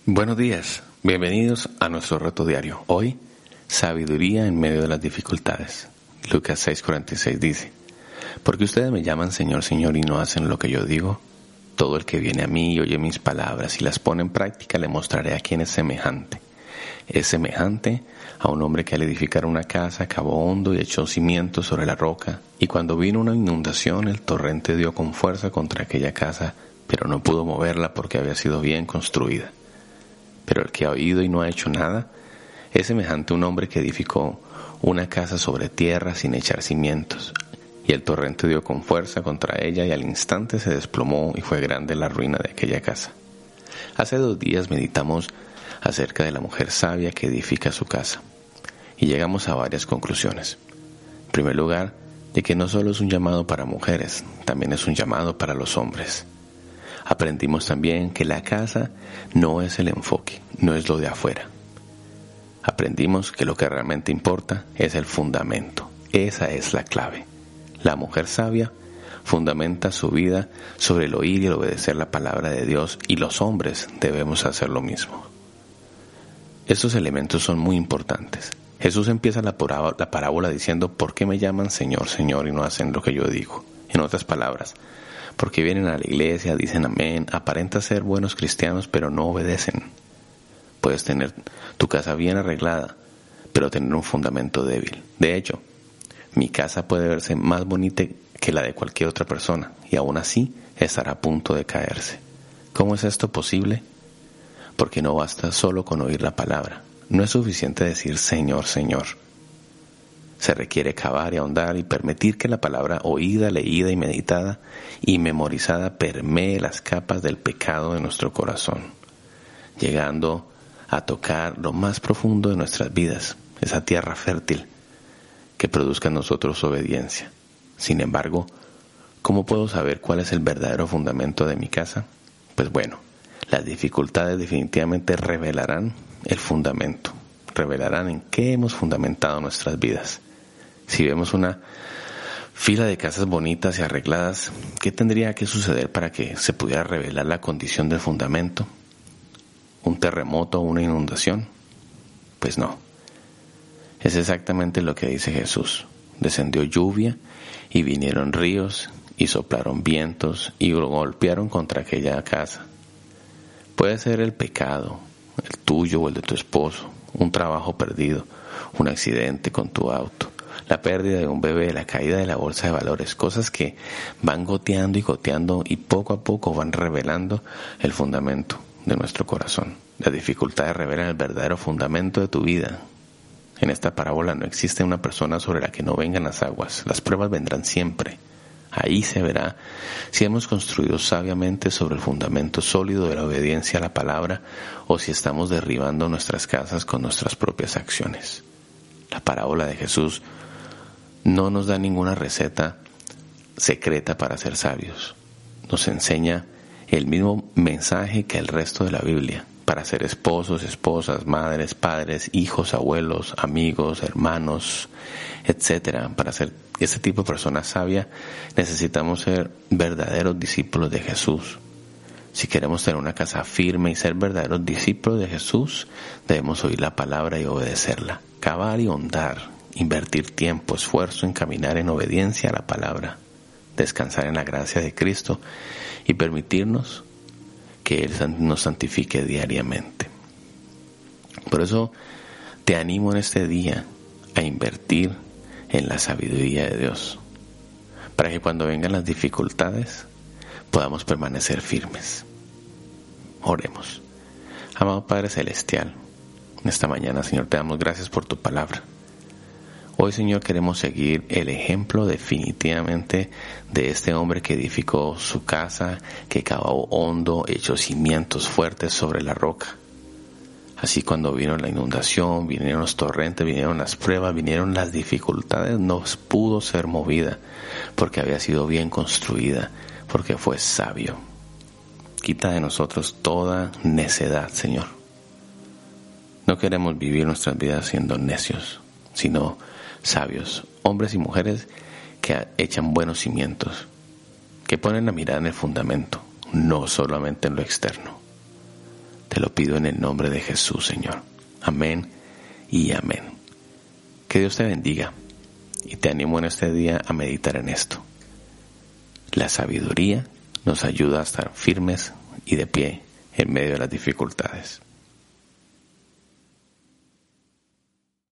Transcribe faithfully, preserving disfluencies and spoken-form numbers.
Buenos días, bienvenidos a nuestro reto diario. Hoy, sabiduría en medio de las dificultades. Lucas seis cuarenta y seis dice: Porque ustedes me llaman Señor, Señor y no hacen lo que yo digo. Todo el que viene a mí y oye mis palabras y las pone en práctica, le mostraré a quién es semejante. Es semejante a un hombre que al edificar una casa cavó hondo y echó cimientos sobre la roca, y cuando vino una inundación el torrente dio con fuerza contra aquella casa, pero no pudo moverla porque había sido bien construida. Pero el que ha oído y no ha hecho nada es semejante a un hombre que edificó una casa sobre tierra sin echar cimientos, y el torrente dio con fuerza contra ella y al instante se desplomó y fue grande la ruina de aquella casa. Hace dos días meditamos acerca de la mujer sabia que edifica su casa y llegamos a varias conclusiones. En primer lugar, de que no solo es un llamado para mujeres, también es un llamado para los hombres. Aprendimos también que la casa no es el enfoque, no es lo de afuera. Aprendimos que lo que realmente importa es el fundamento. Esa es la clave. La mujer sabia fundamenta su vida sobre el oír y el obedecer la palabra de Dios, y los hombres debemos hacer lo mismo. Estos elementos son muy importantes. Jesús empieza la parábola diciendo: ¿por qué me llaman Señor, Señor y no hacen lo que yo digo? En otras palabras, porque vienen a la iglesia, dicen amén, aparentan ser buenos cristianos, pero no obedecen. Puedes tener tu casa bien arreglada, pero tener un fundamento débil. De hecho, mi casa puede verse más bonita que la de cualquier otra persona, y aún así estará a punto de caerse. ¿Cómo es esto posible? Porque no basta solo con oír la palabra. No es suficiente decir Señor, Señor. Se requiere cavar y ahondar y permitir que la palabra oída, leída y meditada y memorizada permee las capas del pecado de nuestro corazón, llegando a tocar lo más profundo de nuestras vidas, esa tierra fértil que produzca en nosotros obediencia. Sin embargo, ¿cómo puedo saber cuál es el verdadero fundamento de mi casa? Pues bueno, las dificultades definitivamente revelarán el fundamento, revelarán en qué hemos fundamentado nuestras vidas. Si vemos una fila de casas bonitas y arregladas, ¿qué tendría que suceder para que se pudiera revelar la condición del fundamento? ¿Un terremoto o una inundación? Pues no. Es exactamente lo que dice Jesús. Descendió lluvia y vinieron ríos y soplaron vientos y golpearon contra aquella casa. Puede ser el pecado, el tuyo o el de tu esposo, un trabajo perdido, un accidente con tu auto, la pérdida de un bebé, la caída de la bolsa de valores, cosas que van goteando y goteando y poco a poco van revelando el fundamento de nuestro corazón. Las dificultades revelan el verdadero fundamento de tu vida. En esta parábola no existe una persona sobre la que no vengan las aguas. Las pruebas vendrán siempre. Ahí se verá si hemos construido sabiamente sobre el fundamento sólido de la obediencia a la palabra o si estamos derribando nuestras casas con nuestras propias acciones. La parábola de Jesús no nos da ninguna receta secreta para ser sabios. Nos enseña el mismo mensaje que el resto de la Biblia. Para ser esposos, esposas, madres, padres, hijos, abuelos, amigos, hermanos, etcétera. Para ser ese tipo de persona sabia, necesitamos ser verdaderos discípulos de Jesús. Si queremos tener una casa firme y ser verdaderos discípulos de Jesús, debemos oír la palabra y obedecerla. Cavar y ahondar, invertir tiempo, esfuerzo en caminar en obediencia a la palabra, descansar en la gracia de Cristo y permitirnos que Él nos santifique diariamente. Por eso te animo en este día a invertir en la sabiduría de Dios, para que cuando vengan las dificultades podamos permanecer firmes. Oremos. Amado Padre Celestial, en esta mañana, Señor, te damos gracias por tu palabra. Hoy, Señor, queremos seguir el ejemplo definitivamente de este hombre que edificó su casa, que cavó hondo, echó cimientos fuertes sobre la roca. Así cuando vino la inundación, vinieron los torrentes, vinieron las pruebas, vinieron las dificultades, no pudo ser movida porque había sido bien construida, porque fue sabio. Quita de nosotros toda necedad, Señor. No queremos vivir nuestras vidas siendo necios, sino sabios, hombres y mujeres que echan buenos cimientos, que ponen la mirada en el fundamento, no solamente en lo externo. Te lo pido en el nombre de Jesús, Señor. Amén y amén. Que Dios te bendiga y te animo en este día a meditar en esto. La sabiduría nos ayuda a estar firmes y de pie en medio de las dificultades.